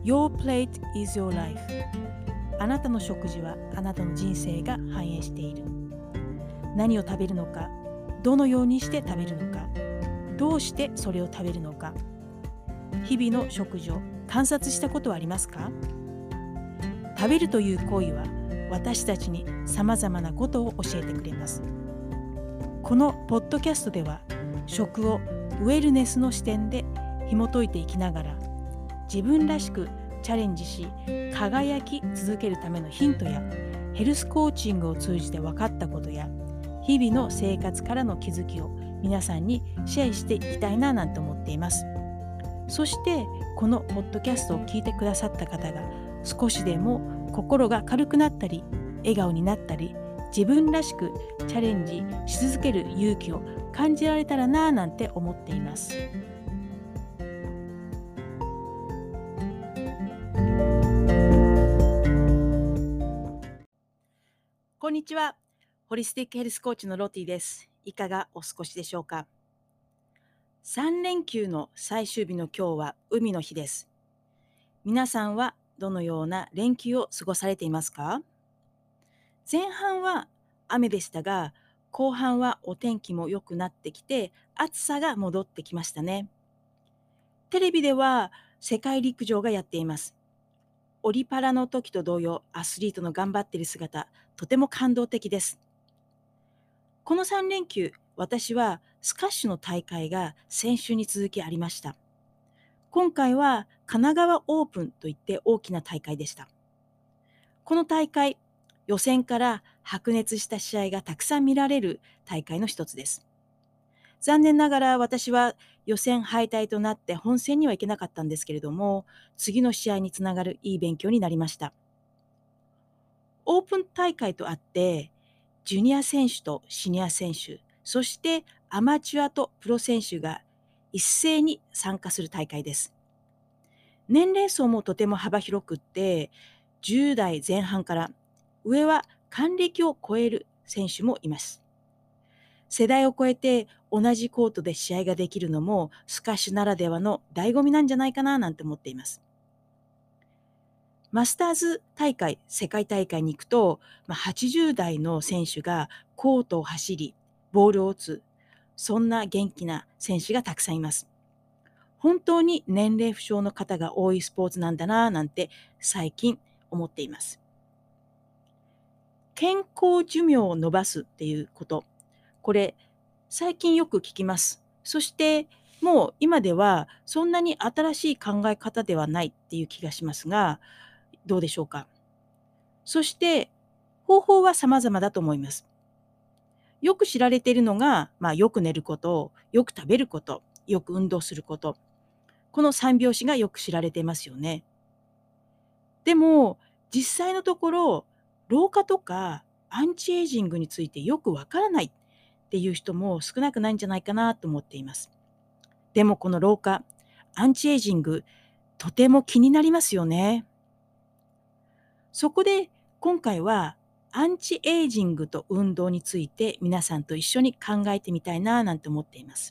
Your plate is your life. あなたの食事はあなたの人生が反映している。何を食べるのか、どのようにして食べるのか、どうしてそれを食べるのか、日々の食事を観察したことはありますか？食べるという行為は私たちにさまざまなことを教えてくれます。このポッドキャストでは食をウェルネスの視点で紐解いていきながら、自分らしくチャレンジし輝き続けるためのヒントや、ヘルスコーチングを通じて分かったことや、日々の生活からの気づきを皆さんにシェアしていきたいななんて思っています。そしてこのポッドキャストを聞いてくださった方が少しでも心が軽くなったり、笑顔になったり、自分らしくチャレンジし続ける勇気を感じられたらななんて思っています。こんにちは。ホリスティックヘルスコーチのロティです。いかがお過ごしでしょうか。3連休の最終日の今日は海の日です。皆さんはどのような連休を過ごされていますか？前半は雨でしたが、後半はお天気も良くなってきて、暑さが戻ってきましたね。テレビでは世界陸上がやっています。オリパラの時と同様、アスリートの頑張っている姿、とても感動的です。この3連休、私はスカッシュの大会が先週に続きありました。今回は神奈川オープンといって大きな大会でした。この大会、予選から白熱した試合がたくさん見られる大会の一つです。残念ながら私は予選敗退となって本戦には行けなかったんですけれども、次の試合につながるいい勉強になりました。オープン大会とあって、ジュニア選手とシニア選手、そしてアマチュアとプロ選手が一斉に参加する大会です。年齢層もとても幅広くって、10代前半から上は還暦を超える選手もいます。世代を超えて同じコートで試合ができるのもスカッシュならではの醍醐味なんじゃないかななんて思っています。マスターズ大会、世界大会に行くと、80代の選手がコートを走り、ボールを打つ、そんな元気な選手がたくさんいます。本当に年齢不詳の方が多いスポーツなんだななんて最近思っています。健康寿命を伸ばすっていうこと、これ最近よく聞きます。そしてもう今ではそんなに新しい考え方ではないっていう気がしますが、どうでしょうか。そして方法は様々だと思います。よく知られているのが、よく寝ること、よく食べること、よく運動すること。この3拍子がよく知られていますよね。でも実際のところ、老化とかアンチエイジングについてよくわからないっていう人も少なくないんじゃないかなと思っています。でもこの老化、アンチエイジング、とても気になりますよね。そこで今回はアンチエイジングと運動について皆さんと一緒に考えてみたいななんて思っています。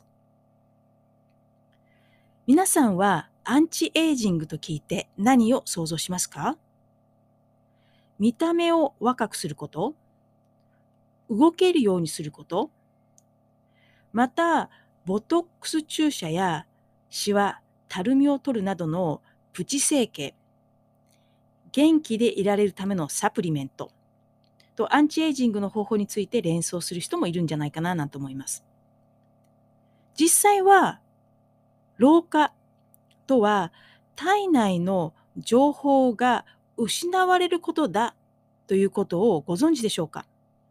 皆さんはアンチエイジングと聞いて何を想像しますか？見た目を若くすること、動けるようにすること、またボトックス注射やシワ、たるみを取るなどのプチ整形、元気でいられるためのサプリメントとアンチエイジングの方法について連想する人もいるんじゃないかななんて思います。実際は老化とは体内の情報が失われることだということをご存知でしょうか？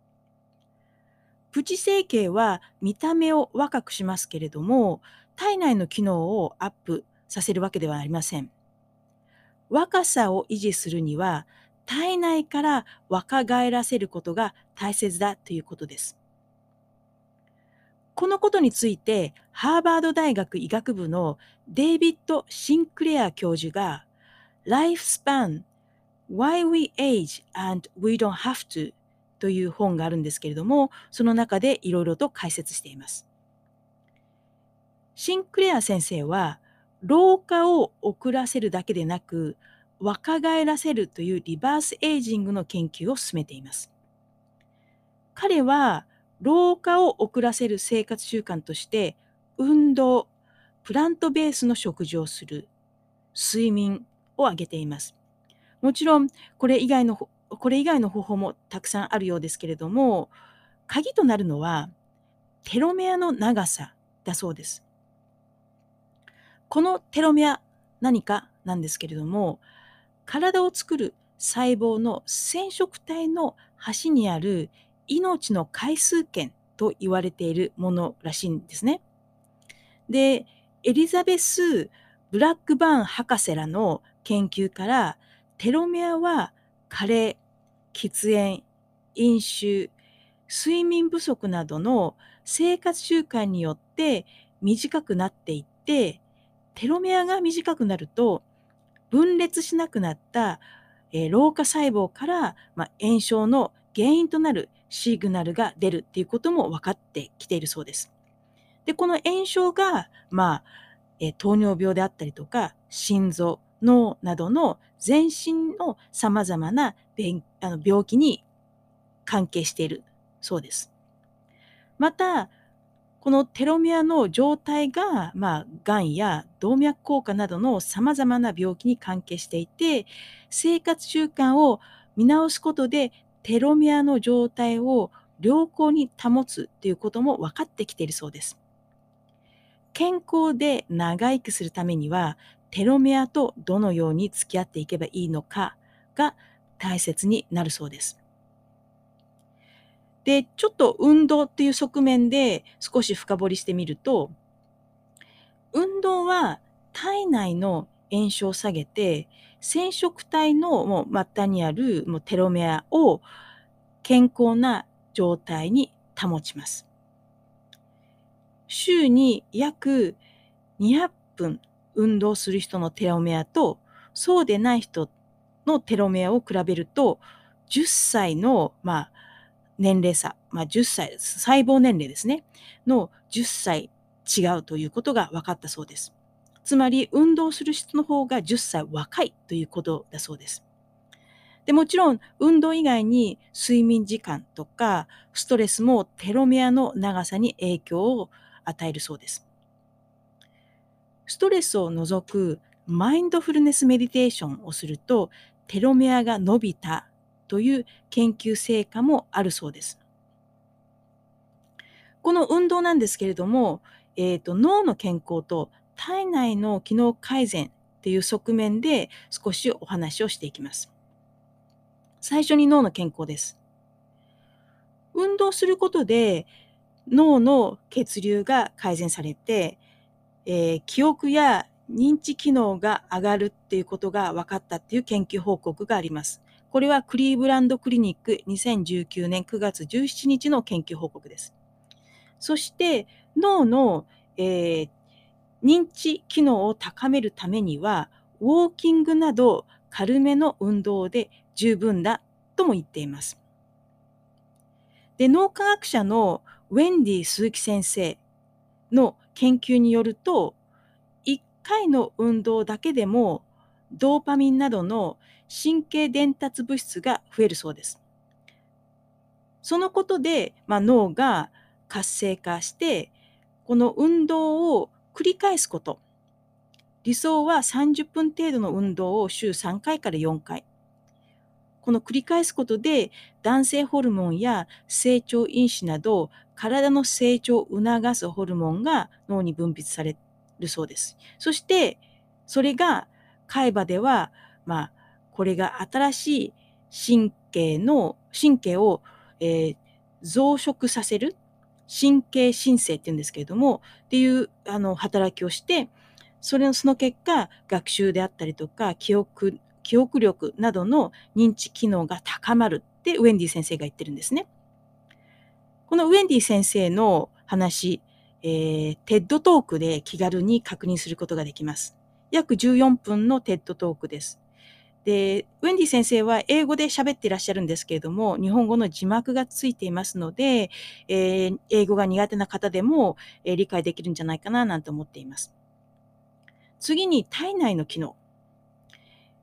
プチ整形は見た目を若くしますけれども、体内の機能をアップさせるわけではありません。若さを維持するには、体内から若返らせることが大切だということです。このことについて、ハーバード大学医学部のデイビッド・シンクレア教授が、Lifespan: Why We Age and We Don't Have to という本があるんですけれども、その中でいろいろと解説しています。シンクレア先生は、老化を遅らせるだけでなく、 若返らせるというリバースエイジングの研究を進めています。彼は老化を遅らせる生活習慣として運動、プラントベースの食事をする、睡眠を挙げています。もちろんこれ以外の方法もたくさんあるようですけれども、鍵となるのはテロメアの長さだそうです。このテロメア、何かなんですけれども、体を作る細胞の染色体の端にある命の回数券と言われているものらしいんですね。で、エリザベス・ブラックバーン博士らの研究から、テロメアは加齢、喫煙、飲酒、睡眠不足などの生活習慣によって短くなっていって、テロメアが短くなると、分裂しなくなった、老化細胞から、炎症の原因となるシグナルが出るっていうことも分かってきているそうです。で、この炎症が、糖尿病であったりとか、心臓、脳などの全身の様々な病気に関係しているそうです。また、このテロメアの状態が、がんや動脈硬化などの様々な病気に関係していて、生活習慣を見直すことで、テロメアの状態を良好に保つということも分かってきているそうです。健康で長生きするためには、テロメアとどのように付き合っていけばいいのかが大切になるそうです。で、ちょっと運動っていう側面で少し深掘りしてみると、運動は体内の炎症を下げて、染色体の末端にあるテロメアを健康な状態に保ちます。週に約200分運動する人のテロメアと、そうでない人のテロメアを比べると、10歳の、年齢差、10歳、細胞年齢ですね、の10歳違うということが分かったそうです。つまり、運動する人の方が10歳若いということだそうです。で、もちろん、運動以外に睡眠時間とか、ストレスもテロメアの長さに影響を与えるそうです。ストレスを除くマインドフルネスメディテーションをすると、テロメアが伸びたという研究成果もあるそうです。この運動なんですけれども、脳の健康と体内の機能改善っていう側面で少しお話をしていきます。最初に脳の健康です。運動することで脳の血流が改善されて、記憶や認知機能が上がるっていうことが分かったっていう研究報告があります。これはクリーブランドクリニック2019年9月17日の研究報告です。そして脳の、認知機能を高めるためには、ウォーキングなど軽めの運動で十分だとも言っています。で、脳科学者のウェンディ鈴木先生の研究によると、1回の運動だけでもドーパミンなどの神経伝達物質が増えるそうです。そのことで、脳が活性化して、この運動を繰り返すこと。理想は30分程度の運動を週3回から4回。この繰り返すことで男性ホルモンや成長因子など体の成長を促すホルモンが脳に分泌されるそうです。そしてそれが海馬では、これが新しい神経を、増殖させる神経新生っていうんですけれどもっていう働きをして、その結果学習であったりとか記憶力などの認知機能が高まるってウェンディ先生が言ってるんですね。このウェンディ先生の話、テッドトークで気軽に確認することができます。約14分のテッドトークです。で、ウェンディ先生は英語で喋っていらっしゃるんですけれども、日本語の字幕がついていますので、英語が苦手な方でも、理解できるんじゃないかななんて思っています。次に体内の機能。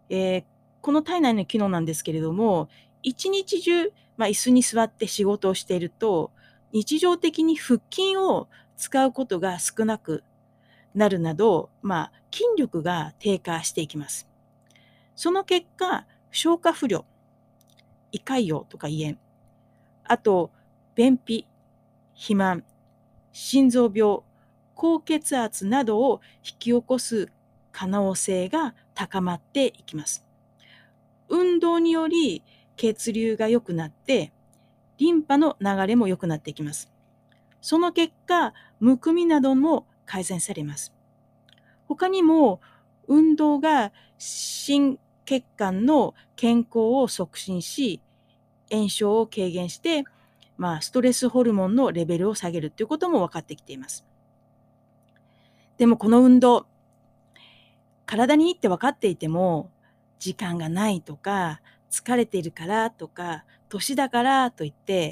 この体内の機能なんですけれども、一日中、椅子に座って仕事をしていると、日常的に腹筋を使うことが少なくなるなど、筋力が低下していきます。その結果、消化不良、胃潰瘍とか胃炎、あと、便秘、肥満、心臓病、高血圧などを引き起こす可能性が高まっていきます。運動により血流が良くなって、リンパの流れも良くなっていきます。その結果、むくみなども改善されます。他にも、運動が心血管の健康を促進し、炎症を軽減して、ストレスホルモンのレベルを下げるということも分かってきています。でもこの運動、体にいいって分かっていても、時間がないとか、疲れているからとか、年だからといって、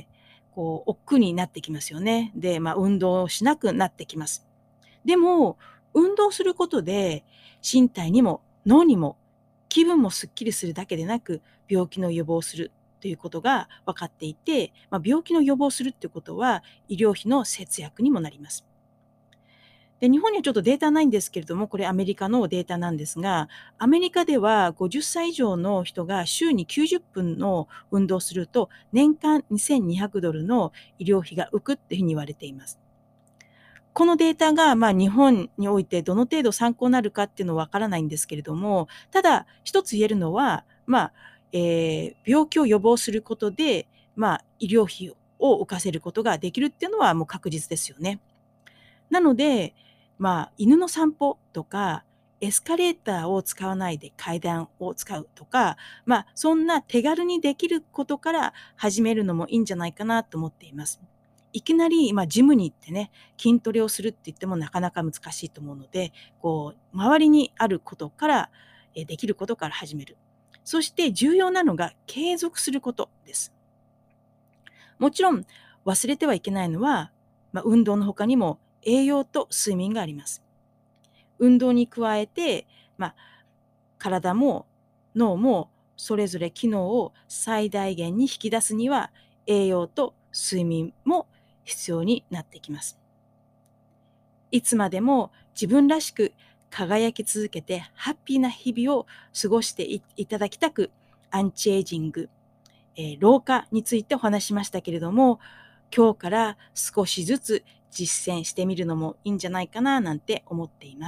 億劫になってきますよね。で、運動をしなくなってきます。でも、運動することで、身体にも脳にも気分もすっきりするだけでなく、病気の予防をするということが分かっていて、病気の予防をするっていうことは、医療費の節約にもなります。で、日本にはちょっとデータないんですけれども、これアメリカのデータなんですが、アメリカでは50歳以上の人が週に90分の運動をすると、年間$2200の医療費が浮くっていうふうに言われています。このデータが日本においてどの程度参考になるかっていうのはわからないんですけれども、ただ一つ言えるのは、病気を予防することで、医療費を浮かせることができるっていうのはもう確実ですよね。なので、犬の散歩とか、エスカレーターを使わないで階段を使うとか、そんな手軽にできることから始めるのもいいんじゃないかなと思っています。いきなり、ジムに行ってね、筋トレをするって言ってもなかなか難しいと思うので、周りにあることから、できることから始める。そして重要なのが継続することです。もちろん忘れてはいけないのは、運動の他にも栄養と睡眠があります。運動に加えて、体も脳もそれぞれ機能を最大限に引き出すには栄養と睡眠も必要になってきます。いつまでも自分らしく輝き続けてハッピーな日々を過ごしていただきたく、アンチエイジング、老化についてお話ししましたけれども、今日から少しずつ実践してみるのもいいんじゃないかななんて思っています。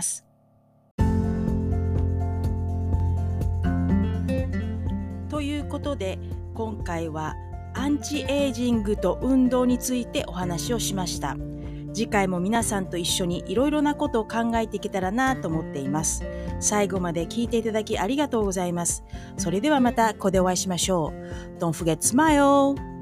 ということで、今回はアンチエイジングと運動についてお話をしました。次回も皆さんと一緒にいろいろなことを考えていけたらなと思っています。最後まで聞いていただきありがとうございます。それではまたここでお会いしましょう。Don't forget to smile!